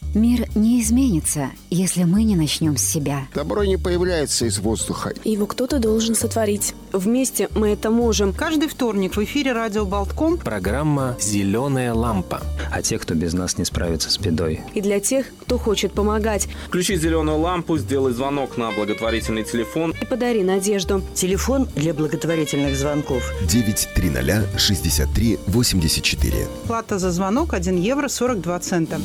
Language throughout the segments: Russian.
Мир не изменится, если мы не начнем с себя. Добро не появляется из воздуха. Его кто-то должен сотворить. Вместе мы это можем. Каждый вторник в эфире радио Болтком программа «Зеленая лампа». А те, кто без нас не справится с бедой. И для тех, кто хочет помогать. Включи зеленую лампу, сделай звонок на благотворительный телефон. И подари надежду. Телефон для благотворительных звонков 930 63 84. Плата за звонок 1 евро 42 цента.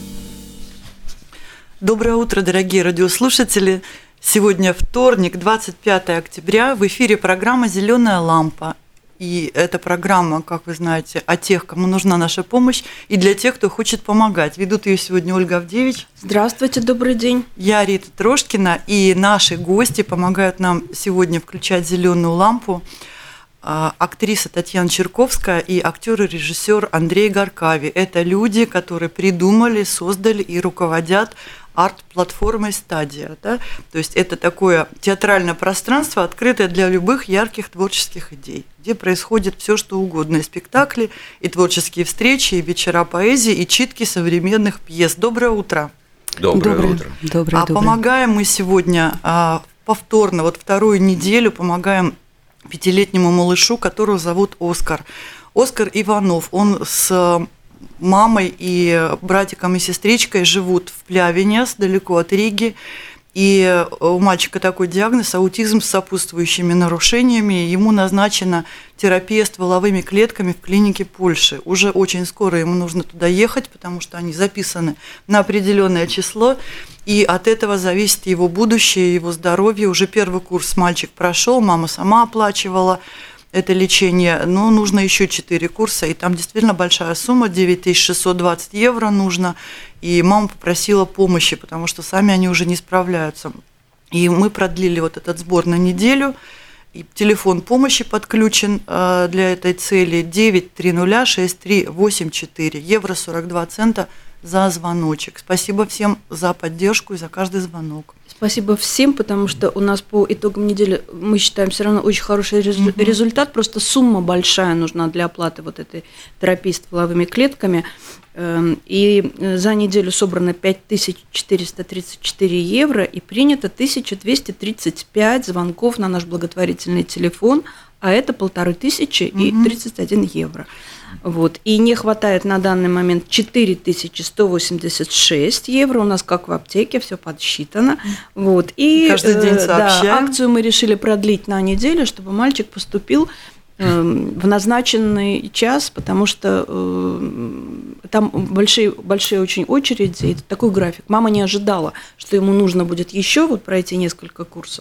Доброе утро, дорогие радиослушатели. Сегодня вторник, 25 октября. В эфире программа «Зеленая лампа». И эта программа, как вы знаете, о тех, кому нужна наша помощь, и для тех, кто хочет помогать. Ведут ее сегодня Ольга Авдевич. Здравствуйте, добрый день. Я Рита Трошкина, и наши гости помогают нам сегодня включать «Зеленую лампу». Актриса Татьяна Черковская и актер и режиссер Андрей Гаркави. Это люди, которые придумали, создали и руководят арт-платформой «Стадия». Да? То есть это такое театральное пространство, открытое для любых ярких творческих идей, где происходит все, что угодно. И спектакли, и творческие встречи, и вечера поэзии, и читки современных пьес. Доброе утро. Доброе утро. Доброе. Помогаем мы сегодня повторно, вот вторую неделю помогаем 5-летнему малышу, которого зовут Оскар. Оскар Иванов, он с мамой и братиком и сестричкой живут в Плявенес, далеко от Риги. И у мальчика такой диагноз – аутизм с сопутствующими нарушениями. Ему назначена терапия стволовыми клетками в клинике Польши. Уже очень скоро ему нужно туда ехать, потому что они записаны на определенное число. И от этого зависит его будущее, его здоровье. Уже первый курс мальчик прошел, мама сама оплачивала это лечение, но нужно еще 4 курса, и там действительно большая сумма, 9620 евро нужно, и мама попросила помощи, потому что сами они уже не справляются. И мы продлили вот этот сбор на неделю, и телефон помощи подключен для этой цели 9306384, евро 42 цента за звоночек. Спасибо всем за поддержку и за каждый звонок. Спасибо всем, потому что у нас по итогам недели, мы считаем, все равно очень хороший результат, просто сумма большая нужна для оплаты вот этой терапии стволовыми клетками. И за неделю собрано 5434 евро и принято 1235 звонков на наш благотворительный телефон, а это 1500 и 31 евро. Вот. И не хватает на данный момент 4186 евро. У нас как в аптеке, все подсчитано. Вот. И каждый день сообщаем. Акцию мы решили продлить на неделю, чтобы мальчик поступил в назначенный час, потому что там большие очень очереди, это такой график. Мама не ожидала, что ему нужно будет еще вот пройти несколько курсов.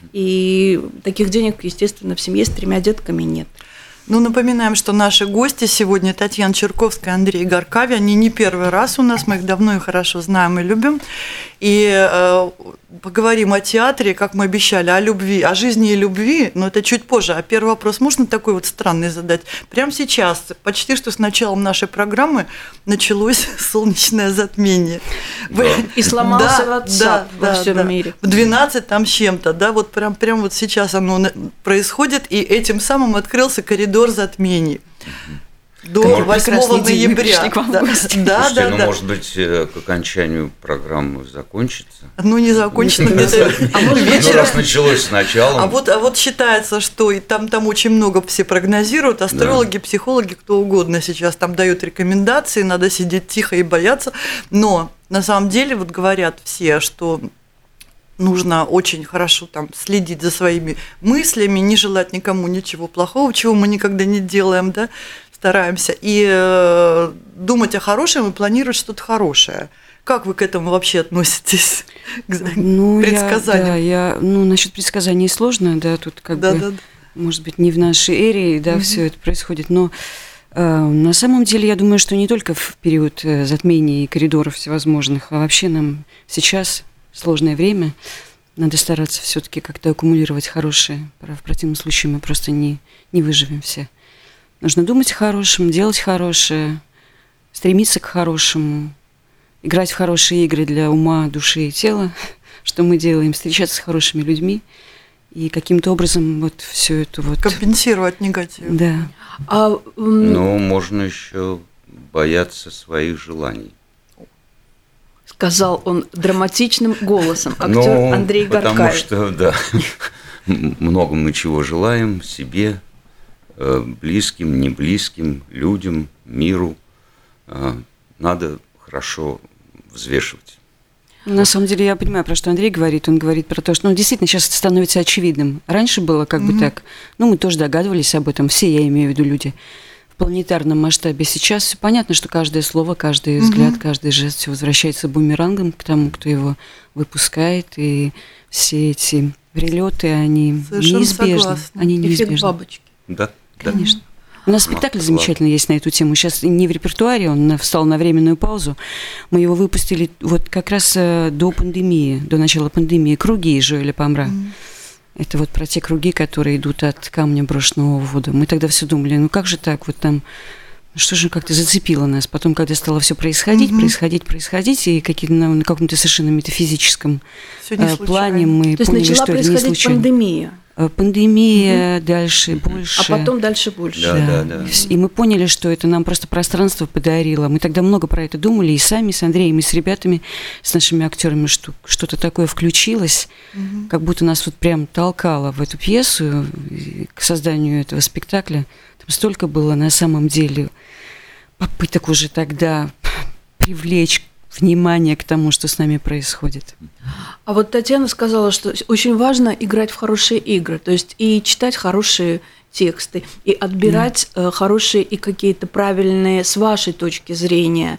И таких денег, естественно, в семье с 3 детками нет. Ну, напоминаем, что наши гости сегодня Татьяна Черковская, Андрей Гаркави. Они не первый раз у нас, мы их давно и хорошо знаем и любим. И поговорим о театре, как мы обещали, о любви, о жизни и любви, но это чуть позже. А первый вопрос можно такой вот странный задать? Прямо сейчас, почти что с началом нашей программы, началось солнечное затмение. Да. И сломался WhatsApp во всем мире. В 12 там с чем-то, да, вот прям вот сейчас оно происходит, и этим самым открылся коридор затмений. До 8 ноября. Да. Может быть, к окончанию программы закончится? Ну, не закончится. Раз началось сначала. А вот считается, что и там очень много все прогнозируют, астрологи, психологи, кто угодно сейчас там дают рекомендации, надо сидеть тихо и бояться. Но на самом деле вот говорят все, что нужно очень хорошо там следить за своими мыслями, не желать никому ничего плохого, чего мы никогда не делаем, да, стараемся, и думать о хорошем и планировать что-то хорошее. Как вы к этому вообще относитесь? К предсказаниям? Насчет предсказаний сложно, да, тут может быть, не в нашей эре, да, все это происходит, но на самом деле, я думаю, что не только в период затмений и коридоров всевозможных, а вообще нам сейчас сложное время, надо стараться все-таки как-то аккумулировать хорошее, в противном случае мы просто не выживем все. Нужно думать о хорошем, делать хорошее, стремиться к хорошему, играть в хорошие игры для ума, души и тела, что мы делаем, встречаться с хорошими людьми и каким-то образом вот все это вот компенсировать негатив. Да. Но можно еще бояться своих желаний. Сказал он драматичным голосом. Актер Андрей Горкаев. Потому что, да, много мы чего желаем себе, близким, неблизким, людям, миру. Надо хорошо взвешивать. На самом деле я понимаю, про что Андрей говорит. Он говорит про то, что действительно сейчас это становится очевидным. Раньше было как бы так, мы тоже догадывались об этом, все, я имею в виду люди, в планетарном масштабе. Сейчас все понятно, что каждое слово, каждый взгляд, каждый жест все возвращается бумерангом к тому, кто его выпускает, и все эти прилеты, они совершенно неизбежны. Согласна. Они неизбежны. Эффект бабочки. Да, конечно. У нас спектакль замечательный есть на эту тему. Сейчас не в репертуаре, он встал на временную паузу. Мы его выпустили вот как раз до пандемии, до начала пандемии. «Круги» Жоэля Помра. Это вот про те круги, которые идут от камня, брошенного в воду. Мы тогда все думали, как же так, вот там, что же как-то зацепило нас. Потом, когда стало все происходить, и на каком-то совершенно метафизическом плане мы поняли, что это не случайно. То есть начала происходить пандемия. Пандемия, дальше, больше. А потом дальше больше. Да. И мы поняли, что это нам просто пространство подарило. Мы тогда много про это думали, и сами, с Андреем, и с ребятами, с нашими актерами, что что-то такое включилось, как будто нас вот прям толкало в эту пьесу, к созданию этого спектакля. Там столько было на самом деле попыток уже тогда привлечь внимание к тому, что с нами происходит. А вот Татьяна сказала, что очень важно играть в хорошие игры, то есть и читать хорошие тексты, и отбирать хорошие и какие-то правильные, с вашей точки зрения,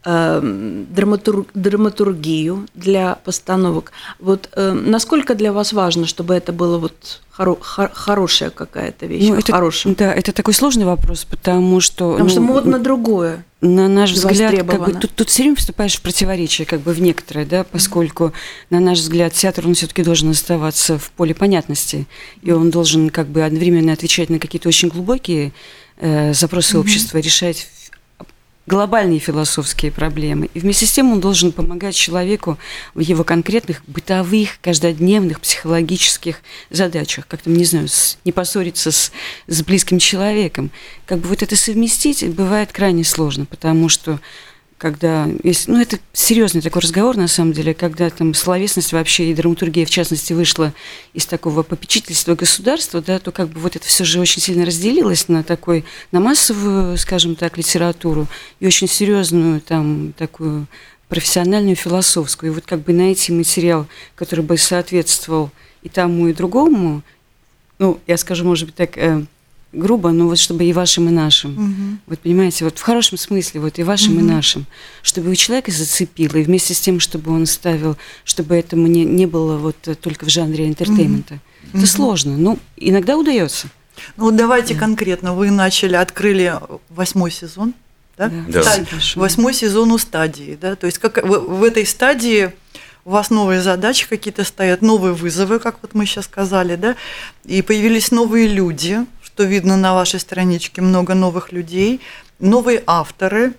драматургию для постановок. Вот насколько для вас важно, чтобы это было вот хорошая какая-то вещь? Да, это такой сложный вопрос, потому что модно другое. На наш взгляд, как бы, тут все время вступаешь в противоречие, как бы в некоторое, да, поскольку, на наш взгляд, театр, он все-таки должен оставаться в поле понятности, и он должен как бы одновременно отвечать на какие-то очень глубокие запросы общества, решать глобальные философские проблемы. И вместе с тем он должен помогать человеку в его конкретных бытовых, каждодневных, психологических задачах. Как-то, не знаю, не поссориться с близким человеком. Как бы вот это совместить бывает крайне сложно, потому что когда есть, это серьезный такой разговор, на самом деле, когда там словесность вообще и драматургия, в частности, вышла из такого попечительства государства, да, то как бы вот это все же очень сильно разделилось на массовую, скажем так, литературу и очень серьезную там такую профессиональную, философскую. И вот как бы найти материал, который бы соответствовал и тому, и другому, я скажу, может быть, так грубо, но вот чтобы и вашим, и нашим. Вот понимаете, вот в хорошем смысле, вот и вашим, и нашим. Чтобы у человека зацепило, и вместе с тем, чтобы он ставил, чтобы это не было вот только в жанре интертеймента. Это сложно, но иногда удается. Давайте конкретно. Вы открыли 8-й сезон, да? Да. 8-й сезон у стадии, да? То есть как в этой стадии у вас новые задачи какие-то стоят, новые вызовы, как вот мы сейчас сказали, да? И появились новые люди, что видно на вашей страничке, много новых людей, новые авторы.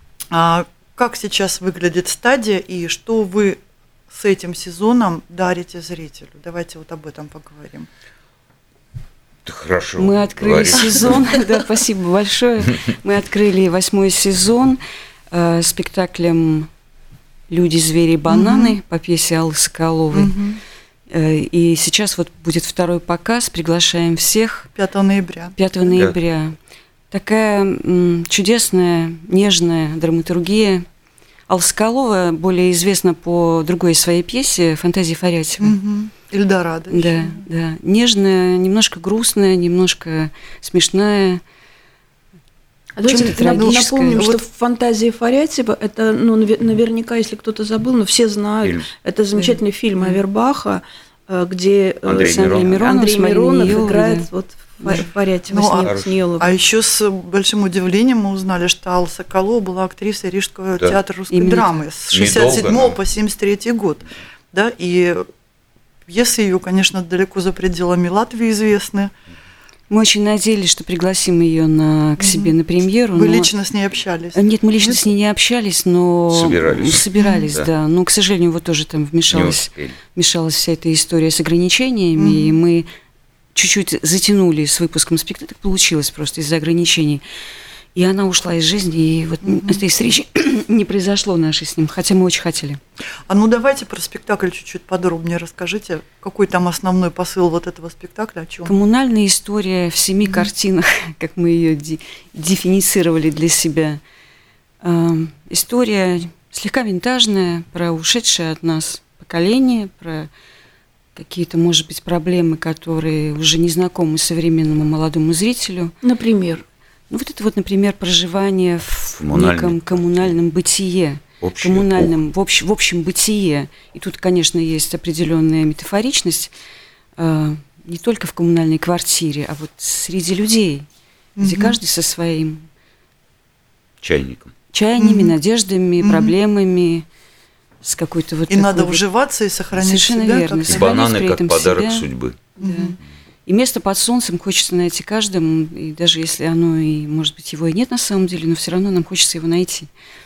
Как сейчас выглядит стадия и что вы с этим сезоном дарите зрителю? Давайте вот об этом поговорим. Хорошо. Мы открыли сезон, да, спасибо большое. Мы открыли 8-й сезон спектаклем «Люди, звери, бананы» по пьесе Аллы Соколовой. И сейчас вот будет второй показ, приглашаем всех. 5 ноября. 5 ноября. Такая чудесная, нежная драматургия. Алла Соколова более известна по другой своей пьесе «Фантазии Фарятьева». Эльдорадо. Да. Нежная, немножко грустная, немножко смешная. Давайте напомним, что «Фантазии Фарятьева» – это, наверняка, если кто-то забыл, но все знают, это замечательный фильм Авербаха, где Андрей Миронов играет Фарятьева с Ниеловой. А еще с большим удивлением мы узнали, что Алла Соколова была актрисой Рижского театра русской драмы с 67 по 73 год. Да, и пьесы ее, конечно, далеко за пределами Латвии известны. Мы очень надеялись, что пригласим ее к себе на премьеру. Вы лично с ней общались? Нет, мы лично с ней не общались, но собирались, да. Но, к сожалению, вот тоже там вмешалась вся эта история с ограничениями, и мы чуть-чуть затянули с выпуском спектакля. Так получилось просто из-за ограничений. И она ушла из жизни, и вот этой встречи не произошло нашей с ним, хотя мы очень хотели. А ну давайте про спектакль чуть-чуть подробнее расскажите. Какой там основной посыл вот этого спектакля? О чем? Коммунальная история в 7 картинах, как мы ее дефиницировали для себя. История слегка винтажная, про ушедшее от нас поколение, про какие-то, может быть, проблемы, которые уже не знакомы современному молодому зрителю. Например? Ну, вот это вот, например, проживание в неком коммунальном бытие, в общем бытие. И тут, конечно, есть определенная метафоричность, не только в коммунальной квартире, а вот среди людей, где каждый со своим чаяниями, надеждами, проблемами, с какой-то вот и такой надо вот... уживаться и сохранить Совершенно себя. Верно. И бананы как подарок судьбы. Да. И место под солнцем хочется найти каждому, и даже если оно, и, может быть, его и нет на самом деле, но все равно нам хочется его найти.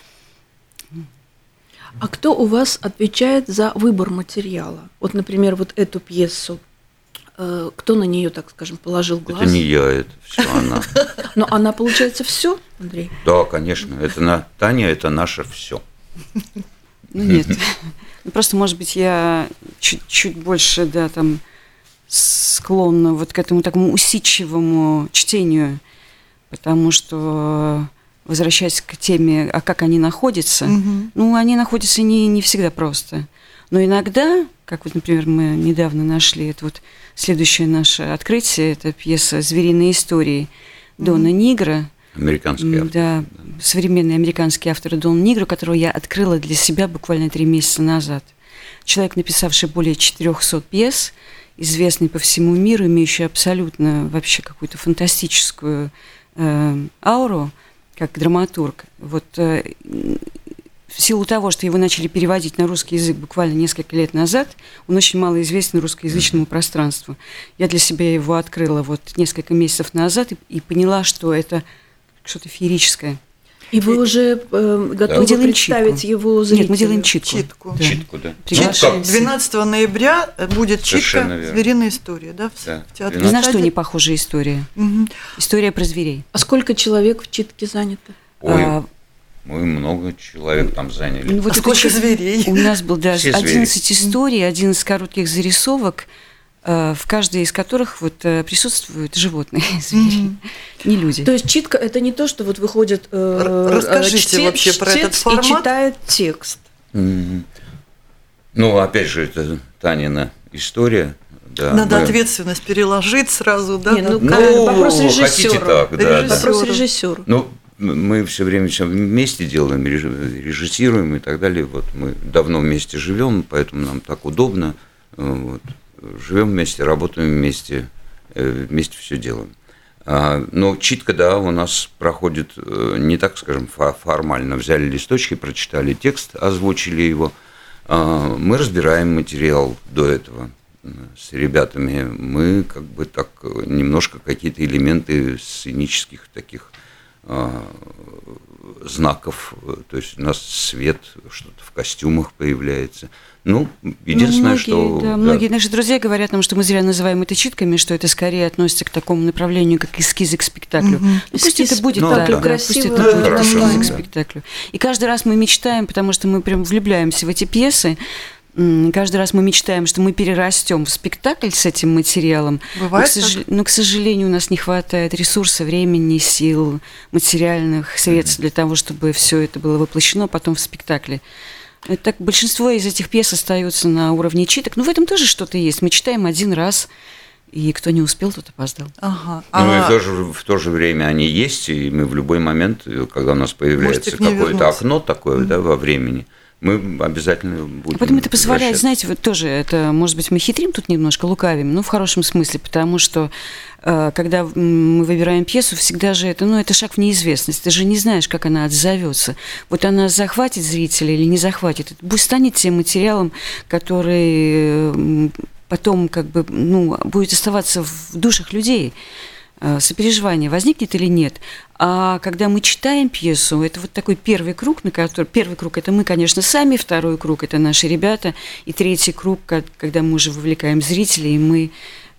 А кто у вас отвечает за выбор материала? Вот, например, вот эту пьесу, кто на нее, так скажем, положил глаз? Это не я, это все она. Но она, получается, все, Андрей? Да, конечно. Таня – это наше все. Ну нет. Просто, может быть, я чуть больше, да, там, склонна вот к этому такому усидчивому чтению, потому что, возвращаясь к теме, а как они находятся, ну, они находятся не всегда просто. Но иногда, как вот, например, мы недавно нашли, это вот следующее наше открытие, это пьеса «Звериные истории» Дона Нигро. Американский автор. Да, современный американский автор Дон Нигро, которого я открыла для себя буквально 3 месяца назад. Человек, написавший более 400 пьес, известный по всему миру, имеющий абсолютно вообще какую-то фантастическую ауру, как драматург. Вот в силу того, что его начали переводить на русский язык буквально несколько лет назад, он очень мало известен русскоязычному пространству. Я для себя его открыла вот несколько месяцев назад и поняла, что это что-то феерическое. И вы уже готовы представить его зрителю? Нет, мы делаем читку. Читку, да. 12 ноября будет читка «Звериная история», да, в театре. Ни на что не похожая история. История про зверей. А сколько человек в читке занято? Ой, мы много человек там заняли. Ну, вот сколько зверей? У нас был даже 11 историй, 11 коротких зарисовок, в каждой из которых вот присутствуют животные, звери, не люди. То есть читка – это не то, что вот выходит расскажите вообще про этот формат. И читает текст. Ну, опять же, это Танина история. Да, надо ответственность переложить сразу, да? Вопрос режиссера. Хотите так, да. Вопрос режиссера. Ну, мы все время все вместе делаем, режиссируем и так далее. Вот мы давно вместе живем, поэтому нам так удобно. Вот. Живем вместе, работаем вместе, вместе все делаем. Но читка, да, у нас проходит не так, скажем, формально. Взяли листочки, прочитали текст, озвучили его. Мы разбираем материал до этого с ребятами. Мы как бы так немножко какие-то элементы сценических таких знаков, то есть у нас свет, что-то в костюмах появляется. Ну, единственное, многие наши друзья говорят нам, что мы зря называем это читками, что это скорее относится к такому направлению, как эскизы к спектаклю. Пусть это будет так, пусть это будет эскизы к спектаклю. И каждый раз мы мечтаем, потому что мы прям влюбляемся в эти пьесы, каждый раз мы мечтаем, что мы перерастем в спектакль с этим материалом. Но, к сожалению, у нас не хватает ресурса, времени, сил, материальных средств для того, чтобы все это было воплощено потом в спектакле. Так большинство из этих пьес остаются на уровне читок. Но в этом тоже что-то есть. Мы читаем один раз, и кто не успел, тот опоздал. Ага. Ну и в то же время они есть, и мы в любой момент, когда у нас появляется какое-то окно такое, да, во времени, мы обязательно будем. Потом это позволяет, знаете, вот тоже это, может быть, мы хитрим тут немножко, лукавим, но в хорошем смысле, потому что когда мы выбираем пьесу, всегда же это шаг в неизвестность. Ты же не знаешь, как она отзовется. Вот она захватит зрителя или не захватит. Это пусть станет тем материалом, который потом будет оставаться в душах людей. Сопереживание возникнет или нет. А когда мы читаем пьесу, это вот такой первый круг, первый круг – это мы, конечно, сами, второй круг – это наши ребята, и третий круг, когда мы уже вовлекаем зрителей, и мы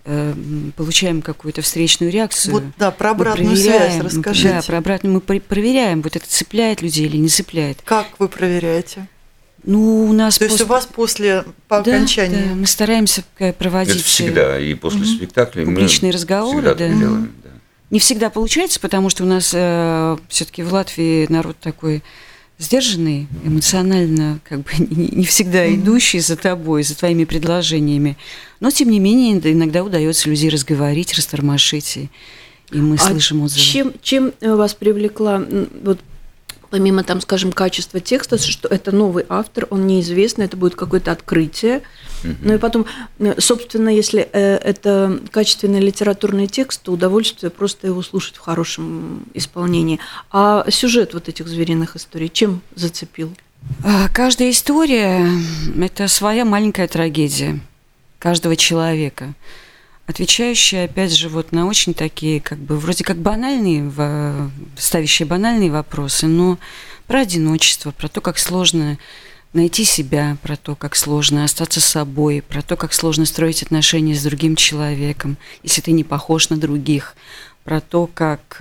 получаем какую-то встречную реакцию. Вот, да, про обратную связь расскажите. Да, про обратную мы проверяем, вот это цепляет людей или не цепляет. Как вы проверяете? Ну, у нас То есть у вас по окончании? Да, мы стараемся проводить... Это всегда, и после спектакля публичные разговоры, всегда так делаем. Да. Не всегда получается, потому что у нас все-таки в Латвии народ такой сдержанный, эмоционально как бы не всегда идущий за тобой, за твоими предложениями. Но, тем не менее, иногда удается людей разговорить, растормошить, и мы слышим отзывы. Чем вас привлекла, вот, помимо, там, скажем, качества текста, что это новый автор, он неизвестный, это будет какое-то открытие. Ну и потом, собственно, если это качественный литературный текст, то удовольствие просто его слушать в хорошем исполнении. А сюжет вот этих звериных историй чем зацепил? Каждая история – это своя маленькая трагедия каждого человека, отвечающая, опять же, вот на очень такие, как бы, вроде как банальные, ставящие банальные вопросы, но про одиночество, про то, как сложно найти себя, про то, как сложно остаться собой, про то, как сложно строить отношения с другим человеком, если ты не похож на других, про то, как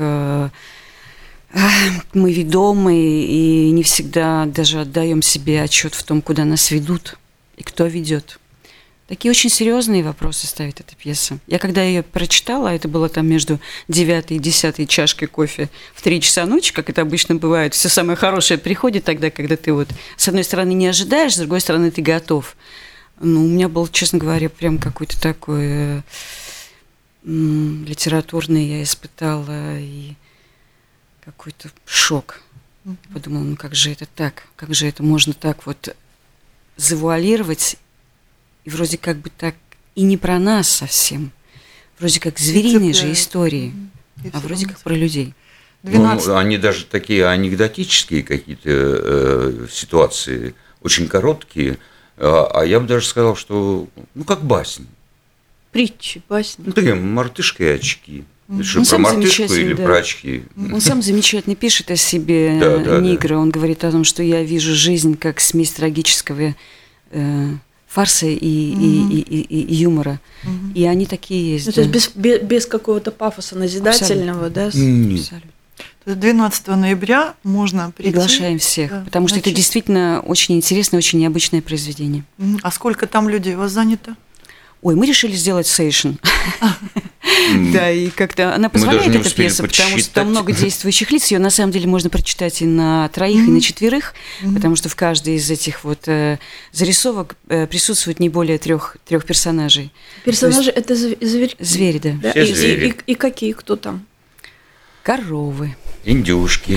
мы ведомы и не всегда даже отдаем себе отчет в том, куда нас ведут и кто ведет. Такие очень серьезные вопросы ставит эта пьеса. Я когда ее прочитала, это было там между 9 и 10 чашкой кофе в 3 часа ночи, как это обычно бывает. Все самое хорошее приходит тогда, когда ты вот с одной стороны не ожидаешь, с другой стороны ты готов. Ну, у меня был, честно говоря, прям какой-то такой литературный, я испытала и какой-то шок. Подумала, ну как же это так? Как же это можно так вот завуалировать? И вроде как бы так и не про нас совсем. Вроде как звериные же истории, а вроде как про людей. Ну, они даже такие анекдотические какие-то ситуации, очень короткие. А я бы даже сказал, что, ну, как басня. Притчи, басни. Ну, такие мартышка и очки. Что, про мартышку или про очки? Он сам замечательно пишет о себе, Нигра. Он говорит о том, что я вижу жизнь как смесь трагического фарса и юмора. И они такие есть. Ну, то есть без какого-то пафоса назидательного, да? Абсолютно. 12 ноября можно прийти. Приглашаем всех, потому что это действительно очень интересное, очень необычное произведение. А сколько там людей у вас занято? Ой, мы решили сделать сейшн. Да, и как-то она позволяет, эта пьеса, потому что там много действующих лиц. Ее на самом деле можно прочитать и на 3, и на 4, потому что в каждой из этих вот зарисовок присутствует не более 3 персонажей. Персонажи – это звери? Звери, да. И какие, кто там? Коровы. Индюшки.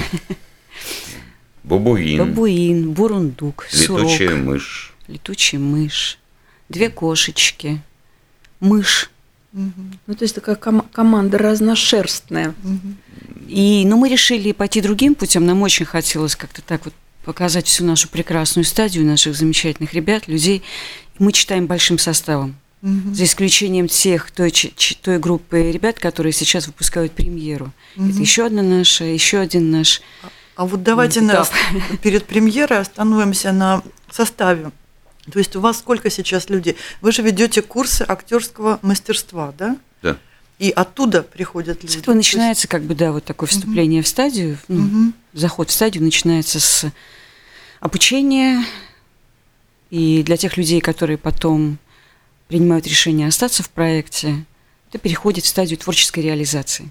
Бабуин, бурундук, сурок. Летучая мышь. Летучая мышь. 2 кошечки. Мышь. Ну, то есть такая команда разношерстная. Но мы решили пойти другим путем. Нам очень хотелось как-то так вот показать всю нашу прекрасную стадию наших замечательных ребят, людей. Мы читаем большим составом. За исключением той группы ребят, которые сейчас выпускают премьеру. Это еще одна наша, еще один наш. А вот давайте перед премьерой остановимся на составе. То есть у вас сколько сейчас людей? Вы же ведете курсы актерского мастерства, да? Да. И оттуда приходят люди. С этого начинается как бы, да, вот такое вступление в стадию, заход в стадию начинается с обучения. И для тех людей, которые потом принимают решение остаться в проекте, это переходит в стадию творческой реализации.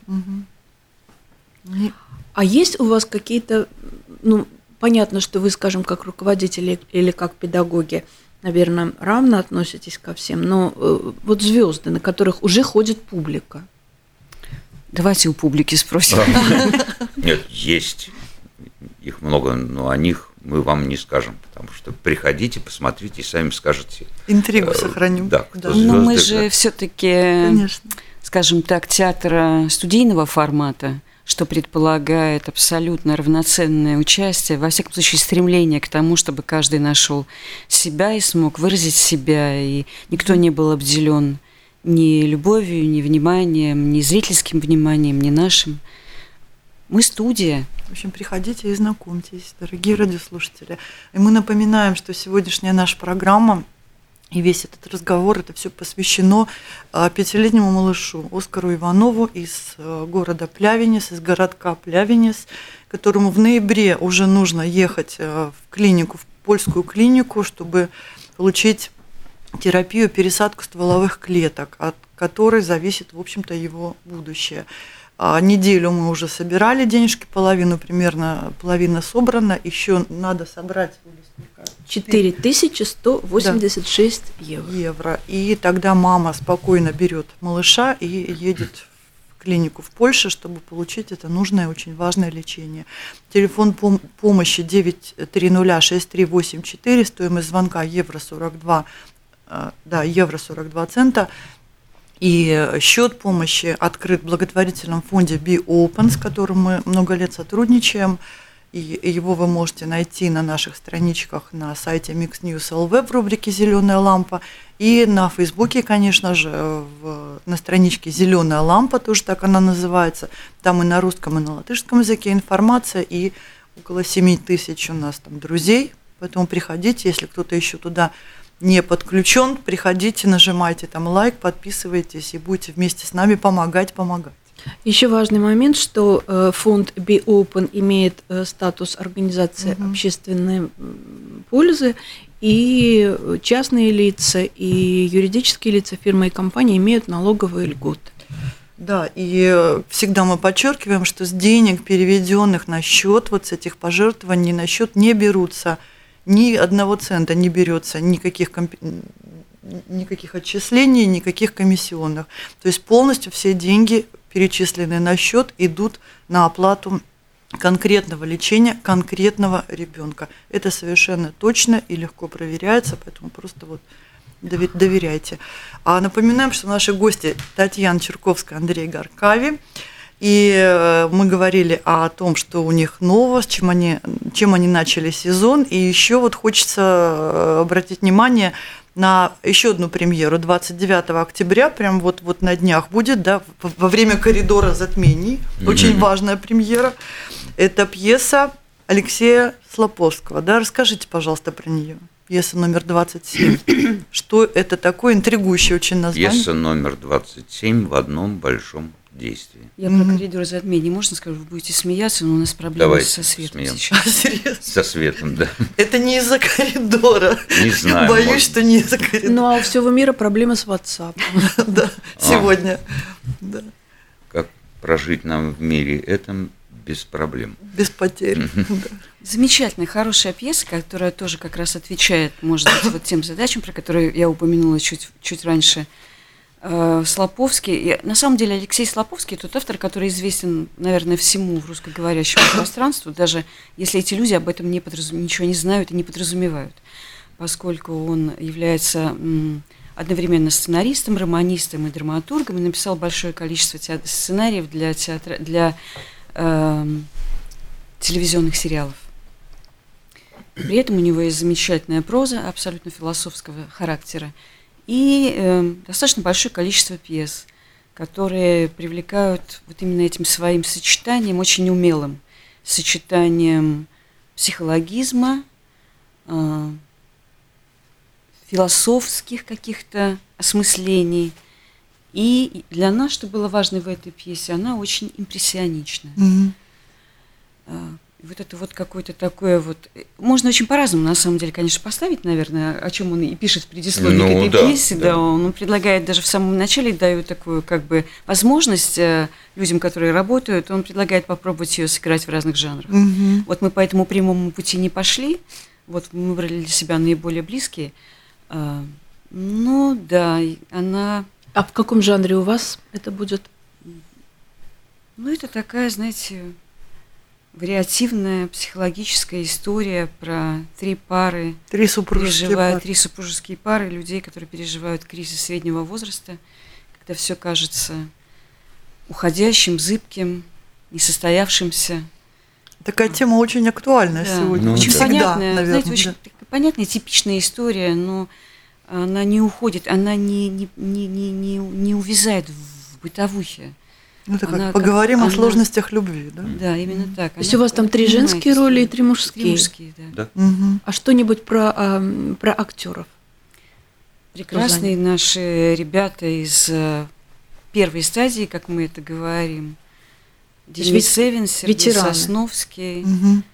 А есть у вас какие-то, ну, понятно, что вы, скажем, как руководители или как педагоги, наверное, равно относитесь ко всем, но вот звезды, на которых уже ходит публика. Давайте у публики спросим. Нет, есть. Их много, но о них мы вам не скажем, потому что приходите, посмотрите и сами скажете. Интригу сохраним. Да, кто звезды. Но мы же все-таки, скажем так, театра студийного формата, что предполагает абсолютно равноценное участие, во всяком случае стремление к тому, чтобы каждый нашел себя и смог выразить себя, и никто не был обделен ни любовью, ни вниманием, ни зрительским вниманием, ни нашим. Мы студия. В общем, приходите и знакомьтесь, дорогие радиослушатели. И мы напоминаем, что сегодняшняя наша программа И весь этот разговор, это все посвящено 5-летнему малышу Оскару Иванову из города Плявенец, из городка Плявенец, которому в ноябре уже нужно ехать в клинику, в польскую клинику, чтобы получить терапию, пересадку стволовых клеток, от которой зависит, в общем-то, его будущее. Неделю мы уже собирали денежки, примерно половина собрана, еще надо собрать 4186 евро. И тогда мама спокойно берет малыша и едет в клинику в Польше, чтобы получить это нужное, очень важное лечение. Телефон помощи 9306384, стоимость звонка евро 42 цента. И счет помощи открыт в благотворительном фонде Be Open, с которым мы много лет сотрудничаем. И его вы можете найти на наших страничках на сайте Mix News LV в рубрике «Зеленая лампа». И на Фейсбуке, конечно же, на страничке «Зеленая лампа», тоже так она называется. Там и на русском, и на латышском языке информация. И около 7000 у нас там друзей. Поэтому приходите, если кто-то еще туда не подключен, приходите, нажимайте там лайк, подписывайтесь и будете вместе с нами помогать. Еще важный момент, что фонд Be Open имеет статус организации общественной пользы, и частные лица, и юридические лица, фирмы и компании имеют налоговые льготы. Да, и всегда мы подчеркиваем, что с денег, переведенных на счет, вот с этих пожертвований на счет не берутся, ни 1 цента не берется, никаких отчислений, никаких комиссионных. То есть полностью все деньги, перечисленные на счет, идут на оплату конкретного лечения конкретного ребенка. Это совершенно точно и легко проверяется, поэтому просто вот доверяйте. А напоминаем, что наши гости Татьяна Чурковская, Андрей Гаркави. И мы говорили о том, что у них нового, чем они начали сезон. И еще вот хочется обратить внимание на еще одну премьеру. 29 октября, прям вот на днях будет, да, во время коридора затмений. Очень важная премьера. Это пьеса Алексея Слоповского. Да? Расскажите, пожалуйста, про нее. Пьеса номер 27. Что это такое? Интригующее очень название. Пьеса номер 27 в одном большом действии. Я про коридор затмений. Можно сказать, вы будете смеяться, но у нас проблемы со светом сейчас. Со светом, да. Это не из-за коридора. Не знаю. Боюсь, что не из-за коридора. Ну, а у всего мира проблемы с WhatsApp. Да, сегодня. Как прожить нам в мире этом без проблем. Без потерь. Замечательная, хорошая пьеса, которая тоже как раз отвечает, может быть, вот тем задачам, про которые я упомянула чуть раньше. Слоповский. И на самом деле Алексей Слоповский тот автор, который известен, наверное, всему в русскоговорящему пространству, даже если эти люди об этом ничего не знают и не подразумевают, поскольку он является одновременно сценаристом, романистом и драматургом, и написал большое количество сценариев для телевизионных сериалов. При этом у него есть замечательная проза абсолютно философского характера и достаточно большое количество пьес, которые привлекают вот именно этим своим сочетанием, очень умелым сочетанием психологизма, философских каких-то осмыслений. И для нас, что было важно в этой пьесе, она очень импрессионичная. Вот это вот какое-то такое вот... Можно очень по-разному, на самом деле, конечно, поставить, наверное, о чем он и пишет в предисловии к этой пьесе. Да. Он предлагает даже в самом начале, дает такую как бы возможность людям, которые работают, он предлагает попробовать ее сыграть в разных жанрах. Вот мы по этому прямому пути не пошли, вот мы выбрали для себя наиболее близкие. Ну да, она... А в каком жанре у вас это будет? Ну, это такая, знаете... вариативная психологическая история про три супружеские пары людей, которые переживают кризис среднего возраста, когда все кажется уходящим, зыбким, несостоявшимся. Такая тема очень актуальная сегодня. Очень всегда, понятная, наверное, знаете, очень понятная, типичная история, но она не уходит, она не увязает в бытовухе. Ну, так как поговорим о сложностях любви, да? Да, именно так. То есть у вас там 3 женские роли и 3 мужские? 3 мужские, да. А что-нибудь про актеров? прекрасные наши ребята из первой стадии, как мы это говорим. Денис Севин, Сергей Сосновский,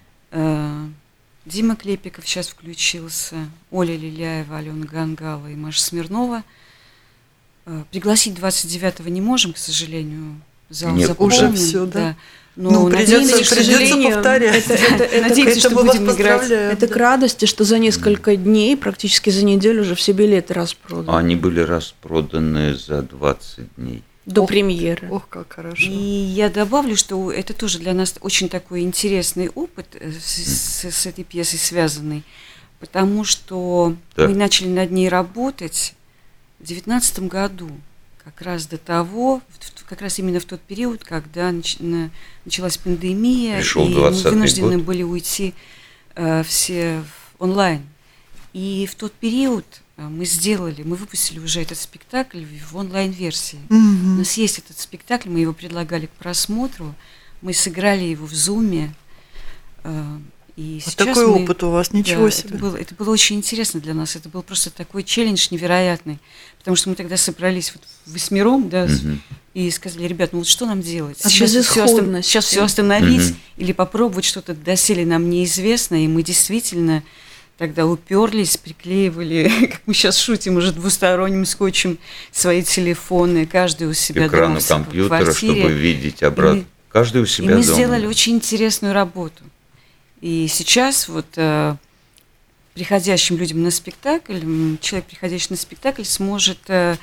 Дима Клепиков сейчас включился, Оля Лиляева, Алена Гангала и Маша Смирнова. Пригласить 29-го не можем, к сожалению. Зал заполнен. Уже все, да? Но придется повторять. Надеемся, что будем играть. Это к радости, что за несколько дней, практически за неделю уже все билеты распроданы. Они были распроданы за 20 дней. До премьеры. Ох, как хорошо. И я добавлю, что это тоже для нас очень такой интересный опыт с этой пьесой связанный, потому что мы начали над ней работать в 2019 году, как раз до того, как раз именно в тот период, когда началась пандемия, и мы вынуждены были уйти все онлайн. И в тот период мы выпустили уже этот спектакль в онлайн-версии. У нас есть этот спектакль, мы его предлагали к просмотру, мы сыграли его в Зуме. И вот такой опыт у вас, ничего себе. Это было очень интересно для нас, это был просто такой челлендж невероятный, потому что мы тогда собрались восьмером, и сказали: ребят, ну вот что нам делать? Сейчас все остановить или попробовать что-то доселе нам неизвестно, и мы действительно тогда уперлись, приклеивали, как мы сейчас шутим, уже двусторонним скотчем свои телефоны, каждый у себя дома в компьютера, квартире. чтобы видеть обратно. Каждый у себя дома. И мы сделали очень интересную работу. И сейчас вот приходящим людям на спектакль, человек, приходящий на спектакль, сможет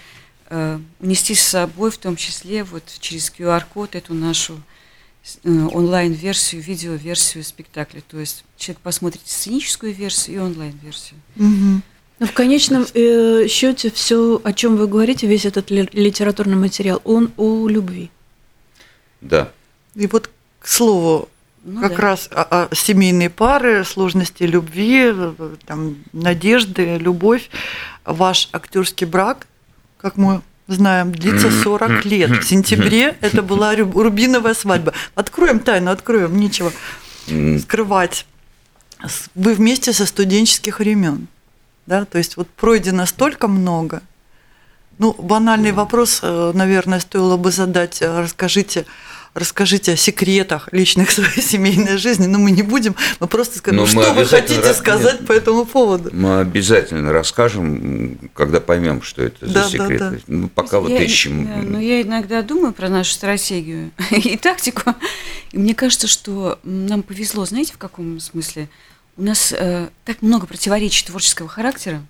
унести с собой, в том числе вот через QR-код, эту нашу онлайн-версию, видео-версию спектакля. То есть человек посмотрит сценическую версию и онлайн-версию. Но в конечном счете все, о чем вы говорите, весь этот литературный материал, он о любви. Да. И вот, к слову, раз семейные пары, сложности любви, там, надежды, любовь. Ваш актерский брак, как мы знаем, длится 40 лет. В сентябре это была рубиновая свадьба. Откроем тайну, нечего скрывать. Вы вместе со студенческих времен, да, то есть вот пройдено столько много. Ну, банальный вопрос, наверное, стоило бы задать. Расскажите о секретах личных своей семейной жизни. Но мы не будем, мы просто скажем, что вы хотите сказать по этому поводу. Мы обязательно расскажем, когда поймем, что это за секреты. Да. Ну, пока ищем. Но я иногда думаю про нашу стратегию и тактику. И мне кажется, что нам повезло, знаете, в каком смысле? У нас так много противоречий творческого характера,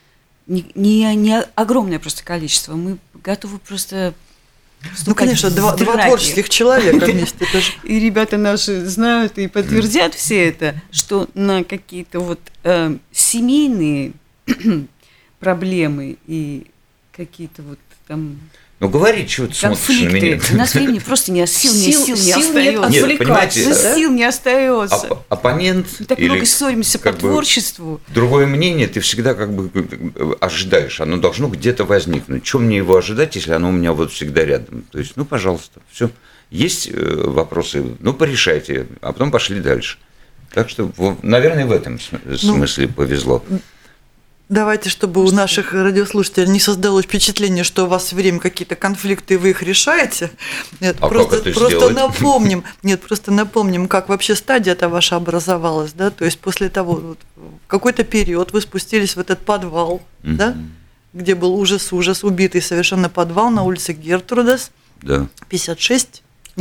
не огромное просто количество. Мы готовы просто... Ну, конечно, два творческих человека вместе тоже. И ребята наши знают и подтвердят все это, что на какие-то вот семейные проблемы и какие-то вот там... Ну, говори, что ты смотришь на меня. У нас времени просто сил не остается. Нет, понимаете, сил не остается. Оппонент мы так много ссоримся по творчеству. Другое мнение ты всегда как бы ожидаешь. Оно должно где-то возникнуть. Чем мне его ожидать, если оно у меня вот всегда рядом? То есть, ну, пожалуйста, все. Есть вопросы, ну, порешайте, а потом пошли дальше. Так что, наверное, в этом смысле повезло. Давайте, чтобы у наших радиослушателей не создалось впечатление, что у вас все время какие-то конфликты, и вы их решаете. Нет, просто напомним. Нет, просто напомним, как вообще стадия-то ваша образовалась, да? То есть после того, вот, в какой-то период вы спустились в этот подвал, да? Где был ужас, убитый совершенно подвал на улице Гертрудас, 56.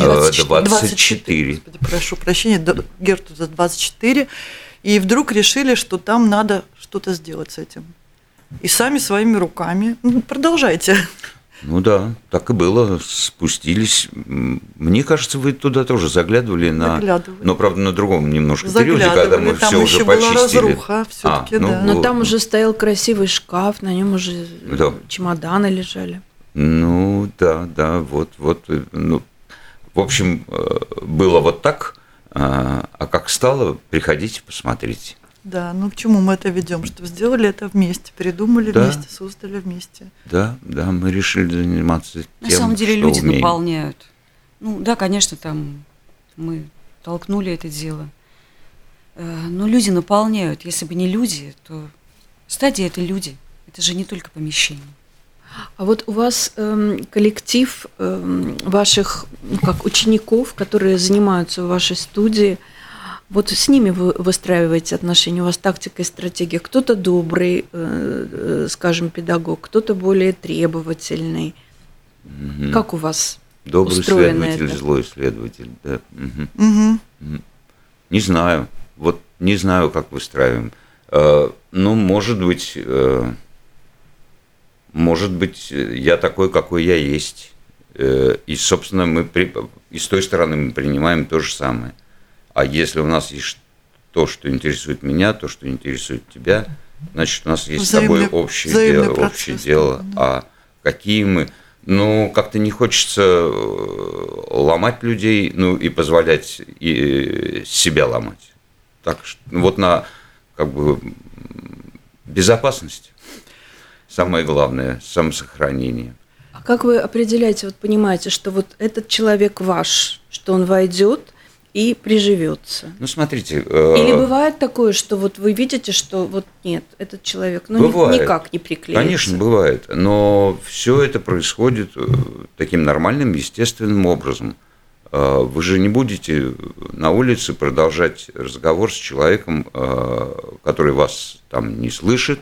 24. Господи, прошу прощения, Гертрудас 24. И вдруг решили, что там надо что-то сделать с этим. И сами своими руками. Продолжайте. Ну да, так и было. Спустились. Мне кажется, вы туда тоже заглядывали. Но, правда, на другом немножко периоде, когда мы все уже почистили. Там еще была разруха все-таки, да. Но там уже стоял красивый шкаф, на нем уже чемоданы лежали. Ну да, вот. Ну, в общем, было вот так. А как стало, приходите, посмотрите. Да, ну к чему мы это ведем? Что сделали это вместе, придумали вместе, создали вместе. Да, мы решили заниматься тем, на самом деле что люди умеем. наполняют. Ну да, конечно, там мы толкнули это дело. Но люди наполняют. Если бы не люди, то стадия – это люди. Это же не только помещение. А вот у вас коллектив ваших как учеников, которые занимаются в вашей студии, вот с ними вы выстраиваете отношения, у вас тактика и стратегия. Кто-то добрый, скажем, педагог, кто-то более требовательный. Как у вас добрый устроено следователь, это? злой следователь, да. Не знаю. Вот не знаю, как выстраиваем. Ну, может быть, я такой, какой я есть. И, собственно, и с той стороны мы принимаем то же самое. А если у нас есть то, что интересует меня, то, что интересует тебя, значит, у нас есть с тобой общее дело. Да. А какие мы... Ну, как-то не хочется ломать людей, ну, и позволять и себя ломать. Так, вот на, как бы, безопасность. Самое главное, самосохранение. А как вы определяете, вот понимаете, что вот этот человек ваш, что он войдет и приживется? Ну, смотрите. Или бывает такое, что вот вы видите, что вот нет, этот человек никак не приклеится? Конечно, бывает. Но все это происходит таким нормальным, естественным образом. Вы же не будете на улице продолжать разговор с человеком, который вас там не слышит,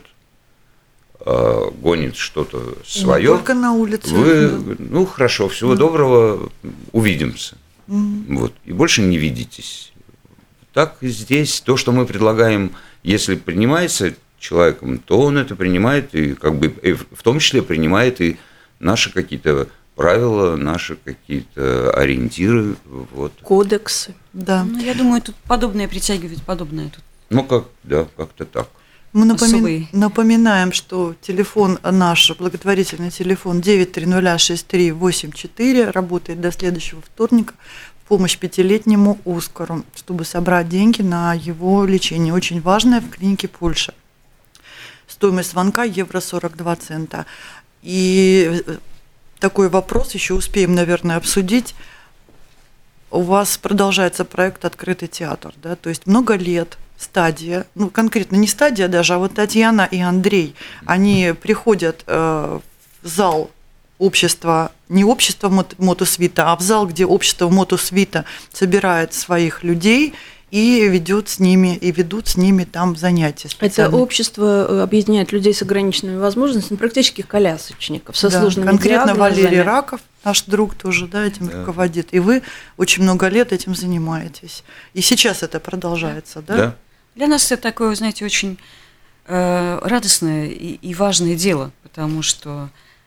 гонит что-то свое. Не только на улице. Ну, хорошо, всего доброго, увидимся. Вот, и больше не видитесь. Так и здесь то, что мы предлагаем, если принимается человеком, то он это принимает, и как бы и в том числе принимает и наши какие-то правила, наши какие-то ориентиры. Вот. Кодексы. Да. Ну, я думаю, тут подобное притягивает подобное. Тут. Ну, как-то так. Мы напоминаем, что телефон наш, благотворительный телефон 9306384, работает до следующего вторника в помощь 5-летнему Оскару, чтобы собрать деньги на его лечение. Очень важное в клинике Польша. Стоимость звонка евро 42 цента. И такой вопрос еще успеем, наверное, обсудить. У вас продолжается проект «Открытый театр», да? То есть много лет. Стадия, ну конкретно не стадия даже, а вот Татьяна и Андрей, они приходят в зал общества, не общество Мотосвита, а в зал, где общество Мотосвита собирает своих людей и ведут с ними там занятия. Это общество объединяет людей с ограниченными возможностями, практически колясочников, со сложными конкретно диагнозами. Валерий Раков, наш друг тоже, этим руководит. И вы очень много лет этим занимаетесь. И сейчас это продолжается, да? Да. Для нас это такое, знаете, очень радостное и важное дело, потому что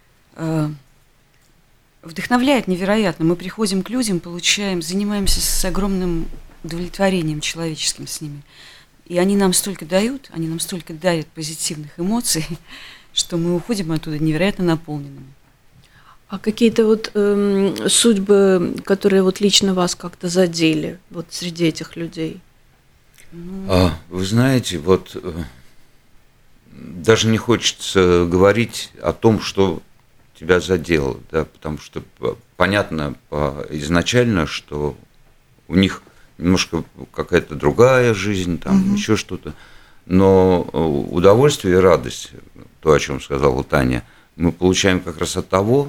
вдохновляет невероятно. Мы приходим к людям, занимаемся с огромным удовлетворением человеческим с ними. И они нам столько дают, они нам столько дарят позитивных эмоций, что мы уходим оттуда невероятно наполненными. А какие-то вот судьбы, которые вот лично вас как-то задели вот среди этих людей? Вы знаете, вот даже не хочется говорить о том, что тебя задело, да, потому что понятно изначально, что у них немножко какая-то другая жизнь, там еще что-то, но удовольствие и радость, то, о чем сказала Таня, мы получаем как раз от того,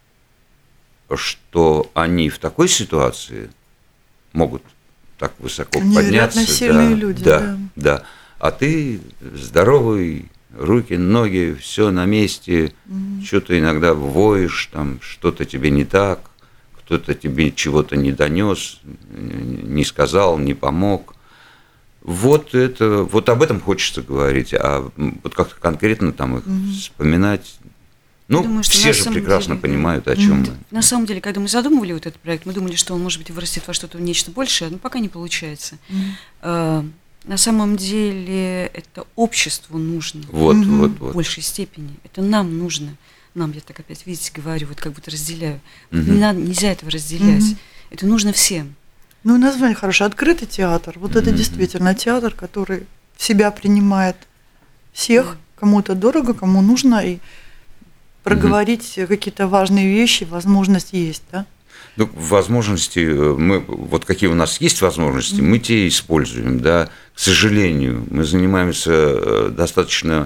что они в такой ситуации могут так высоко подняться. Сильные люди, да. А ты здоровый, руки, ноги, все на месте, что-то иногда воешь, там что-то тебе не так, кто-то тебе чего-то не донес, не сказал, не помог. Вот об этом хочется говорить, а вот как-то конкретно там их вспоминать. Ну, думаю, все же прекрасно понимают, о чем мы. На самом деле, когда мы задумывали вот этот проект, мы думали, что он, может быть, вырастет во что-то нечто большее, но пока не получается. На самом деле, это обществу нужно в большей степени. Это нам нужно. Нам, я так опять, видите, говорю, вот как будто разделяю. Нельзя этого разделять. Это нужно всем. Ну, название хорошее. Открытый театр. Вот это действительно театр, который в себя принимает всех, кому это дорого, кому нужно, и проговорить какие-то важные вещи, возможность есть, да? Ну, возможности, вот какие у нас есть возможности, мы те используем, да. К сожалению, мы занимаемся достаточно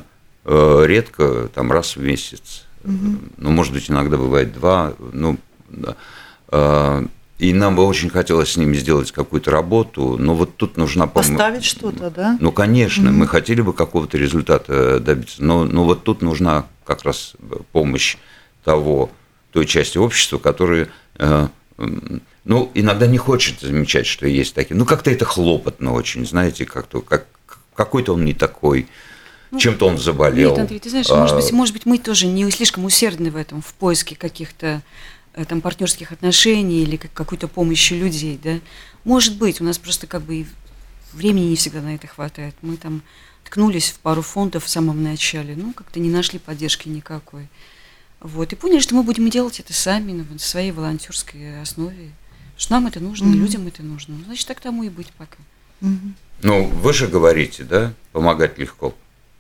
редко, там раз в месяц. Ну, может быть, иногда бывает 2. Ну, да. И нам бы очень хотелось с ними сделать какую-то работу, но вот тут нужна помощь. Поставить что-то, да? Ну, конечно, мы хотели бы какого-то результата добиться, но вот тут нужна как раз помощь той части общества, которая, ну, иногда не хочет замечать, что есть такие. Ну, как-то это хлопотно очень, знаете, какой-то он не такой. Чем-то он заболел. Нет, Андрей, ты знаешь, может быть, мы тоже не слишком усердны в этом, в поиске каких-то там партнерских отношений или какой-то помощи людей, да. Может быть, у нас просто как бы времени не всегда на это хватает. Мы там ткнулись в пару фондов в самом начале, ну, как-то не нашли поддержки никакой. Вот, и поняли, что мы будем делать это сами, на своей волонтерской основе, что нам это нужно, людям это нужно. Значит, так тому и быть пока. Ну, вы же говорите, да, помогать легко.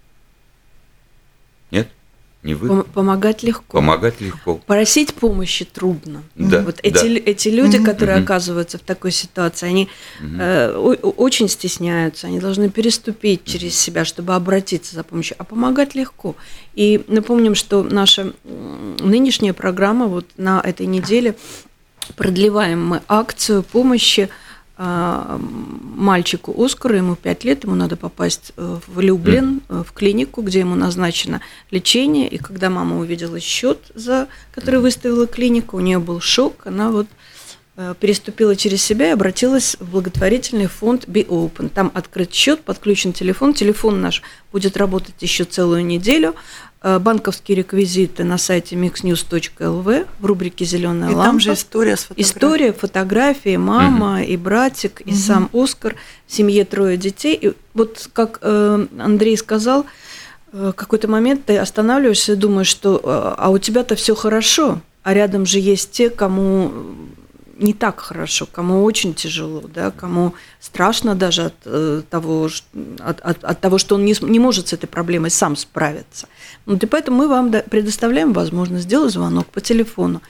Нет? Не вы? Помогать легко. Помогать легко. Просить помощи трудно. Да, вот эти люди, которые оказываются в такой ситуации, они очень стесняются, они должны переступить через себя, чтобы обратиться за помощью. А помогать легко. И напомним, что наша нынешняя программа, вот на этой неделе продлеваем мы акцию помощи мальчику Оскару, ему 5 лет, ему надо попасть в Люблин, в клинику, где ему назначено лечение, и когда мама увидела счет, который выставила клиника, у нее был шок, она вот переступила через себя и обратилась в благотворительный фонд Be Open. Там открыт счет, подключен телефон наш будет работать еще целую неделю. Банковские реквизиты на сайте mixnews.lv в рубрике «Зеленая лампа». И там же история с фотографией. История, фотографии, мама и братик, и сам Оскар, в семье 3 детей. И вот как Андрей сказал, в какой-то момент ты останавливаешься и думаешь, что а у тебя-то все хорошо, а рядом же есть те, кому не так хорошо, кому очень тяжело, да, кому страшно даже от того, что он не может с этой проблемой сам справиться. Вот и поэтому мы вам предоставляем возможность сделать звонок по телефону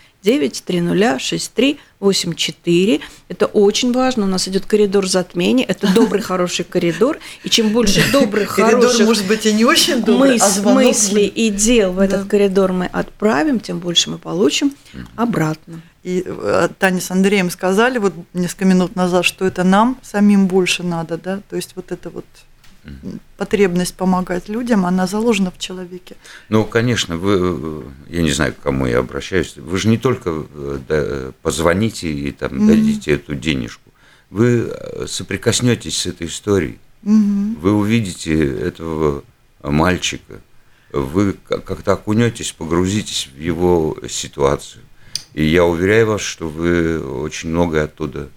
9306384. Это очень важно. У нас идет коридор затмений. Это добрый, хороший коридор. И чем больше добрых, хороших, может быть, и не очень добрый, мыслей и дел в этот коридор мы отправим, тем больше мы получим обратно. И Таня с Андреем сказали вот несколько минут назад, что это нам самим больше надо, да, то есть вот эта вот потребность помогать людям, она заложена в человеке. Ну, конечно, я не знаю, к кому я обращаюсь, вы же не только позвоните и там дадите эту денежку, вы соприкоснетесь с этой историей, вы увидите этого мальчика, вы как-то окунетесь, погрузитесь в его ситуацию. И я уверяю вас, что вы очень многое оттуда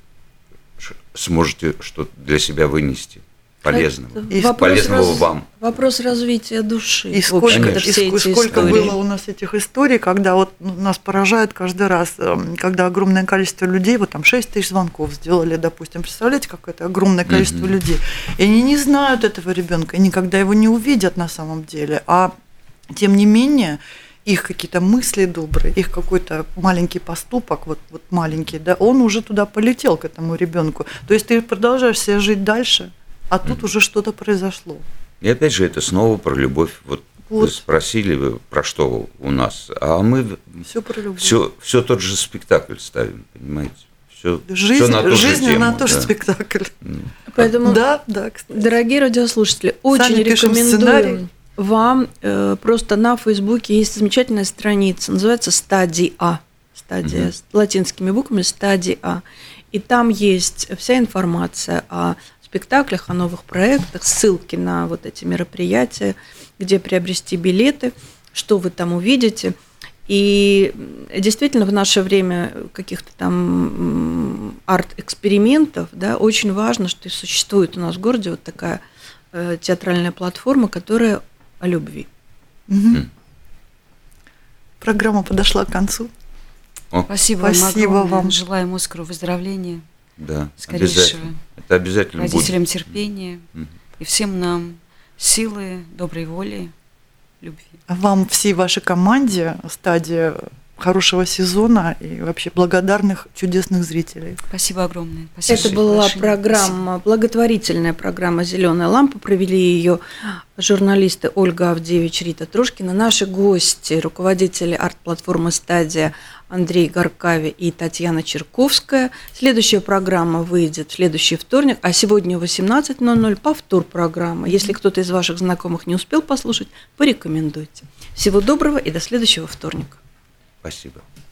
сможете что-то для себя вынести полезного, полезного вам. Вопрос развития души. И сколько было у нас этих историй, когда вот нас поражает каждый раз, когда огромное количество людей, вот там 6 тысяч звонков сделали, допустим, представляете, какое-то огромное количество людей, и они не знают этого ребенка, и никогда его не увидят на самом деле, а тем не менее их какие-то мысли добрые, их какой-то маленький поступок, вот маленький, да, он уже туда полетел, к этому ребенку. То есть ты продолжаешь себе жить дальше, а тут уже что-то произошло. И опять же, это снова про любовь. Вот. Вы спросили, про что у нас, а мы все про любовь. Все тот же спектакль ставим, понимаете? Жизнь на тот же спектакль. Поэтому, кстати. Дорогие радиослушатели, очень рекомендуем вам, просто на Фейсбуке есть замечательная страница, называется «Стадия», с латинскими буквами «Стадия». И там есть вся информация о спектаклях, о новых проектах, ссылки на вот эти мероприятия, где приобрести билеты, что вы там увидите. И действительно в наше время каких-то там арт-экспериментов, да, очень важно, что существует у нас в городе вот такая театральная платформа, которая о любви. Программа подошла к концу. Спасибо вам. Желаем Оскару выздоровления. Да, скорейшего. Это обязательно родителям будет. Терпения и всем нам силы, доброй воли, любви. Вам всей вашей команде «Стадия» хорошего сезона и вообще благодарных, чудесных зрителей. Спасибо огромное. Спасибо. Это была программа, благотворительная программа «Зеленая лампа». Провели ее журналисты Ольга Авдеевич, Рита Трушкина. Наши гости, руководители арт-платформы «Стадия» Андрей Гаркави и Татьяна Черковская. Следующая программа выйдет в следующий вторник, а сегодня в 18:00 повтор программы. Если кто-то из ваших знакомых не успел послушать, порекомендуйте. Всего доброго и до следующего вторника. Спасибо.